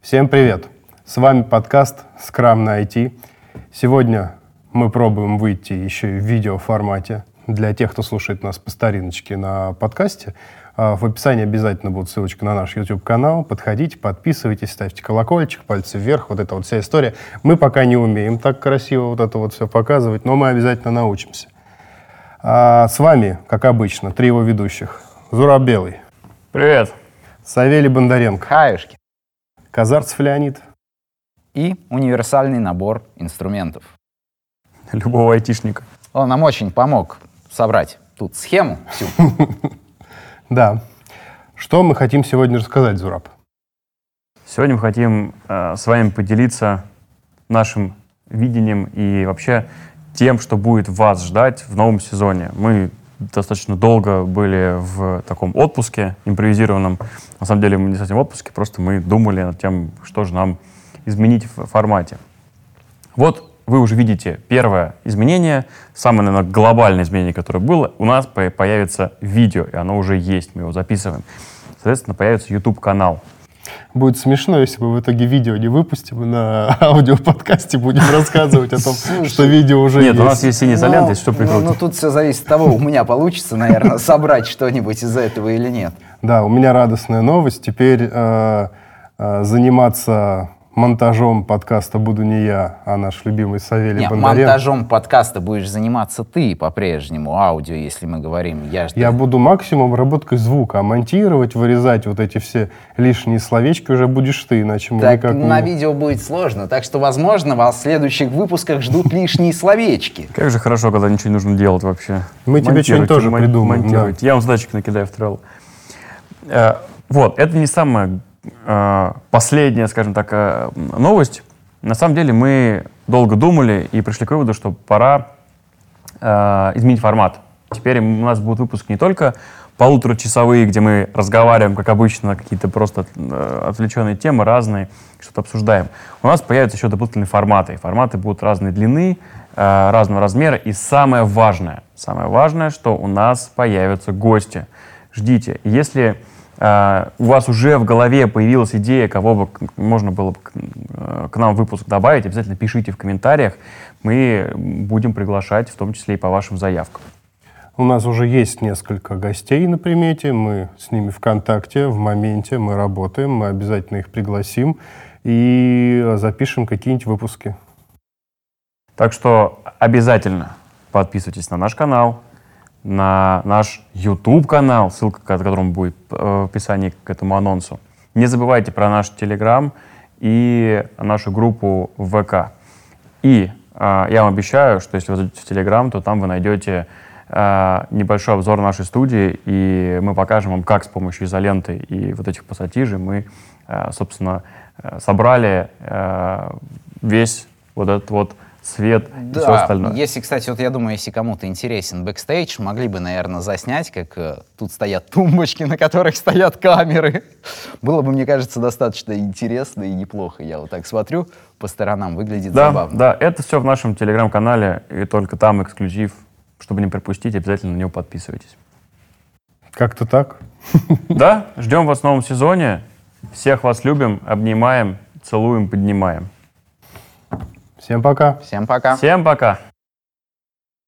Всем привет! С вами подкаст Scrum на IT. Сегодня мы пробуем выйти еще и в видеоформате. Для тех, кто слушает нас по стариночке на подкасте, в описании обязательно будет ссылочка на наш YouTube-канал. Подходите, подписывайтесь, ставьте колокольчик, пальцы вверх. Вот эта вот вся история. Мы пока не умеем так красиво вот это вот все показывать, но мы обязательно научимся. С вами, как обычно, трио ведущих. Зураб Белый. Привет. Савелий Бондаренко. Хаюшки. Казарцев Леонид. И универсальный набор инструментов. Любого айтишника. Он нам очень помог собрать тут схему всю. Да. Что мы хотим сегодня рассказать, Зураб? Сегодня мы хотим с вами поделиться нашим видением и вообще тем, что будет вас ждать в новом сезоне. Мы достаточно долго были в таком отпуске импровизированном. На самом деле мы не совсем в отпуске, просто мы думали над тем, что же нам изменить в формате. Вот вы уже видите первое изменение, самое, наверное, глобальное изменение, которое было. У нас появится видео, и оно уже есть, мы его записываем. Соответственно, появится YouTube-канал. Будет смешно, если мы в итоге видео не выпустим, и на аудиоподкасте будем рассказывать о том, что видео уже есть. Нет, у нас есть синяя изолента, если что, прикрутим. Ну, тут все зависит от того, у меня получится, наверное, собрать что-нибудь из этого или нет. Да, у меня радостная новость. Теперь заниматься монтажом подкаста буду не я, а наш любимый Савелий Нет, Бондаренко. монтажом подкаста будешь заниматься ты по-прежнему, аудио, если мы говорим. Я буду максимум работкой звука, а монтировать, вырезать вот эти все лишние словечки уже будешь ты, иначе мы Так никак на не... видео будет сложно, так что, возможно, вас в следующих выпусках ждут лишние словечки. Как же хорошо, когда ничего не нужно делать вообще. Мы тебе что-нибудь тоже придумаем. Монтируйте. Да. Я вам задачек накидаю в Trello. Вот, это не самое... Последняя, скажем так, новость. На самом деле мы долго думали и пришли к выводу, что пора изменить формат. Теперь у нас будут выпуски не только полуторачасовые, где мы разговариваем, как обычно, на какие-то просто отвлеченные темы, разные, что-то обсуждаем. У нас появятся еще дополнительные форматы. И форматы будут разной длины, разного размера. И самое важное, что у нас появятся гости. Ждите. Если у вас уже в голове появилась идея, кого бы можно было бы к нам в выпуск добавить, обязательно пишите в комментариях. Мы будем приглашать, в том числе и по вашим заявкам. У нас уже есть несколько гостей на примете, мы с ними в контакте, в моменте, мы работаем, мы обязательно их пригласим и запишем какие-нибудь выпуски. Так что обязательно подписывайтесь на наш канал, на наш YouTube-канал, ссылка к которому будет в описании к этому анонсу. Не забывайте про наш Telegram и нашу группу в ВК. И я вам обещаю, что если вы зайдете в Telegram, то там вы найдете небольшой обзор нашей студии, и мы покажем вам, как с помощью изоленты и вот этих пассатижей мы, собственно, собрали весь вот этот вот свет и все остальное. Если, кстати, вот я думаю, если кому-то интересен бэкстейдж, могли бы, наверное, заснять, как тут стоят тумбочки, на которых стоят камеры. Было бы, мне кажется, достаточно интересно и неплохо. Я вот так смотрю по сторонам, выглядит забавно. Да, это все в нашем телеграм-канале, и только там эксклюзив. Чтобы не пропустить, обязательно на него подписывайтесь. Как-то так. Да, ждем вас в новом сезоне. Всех вас любим, обнимаем, целуем, поднимаем. Всем пока. Всем пока. Всем пока.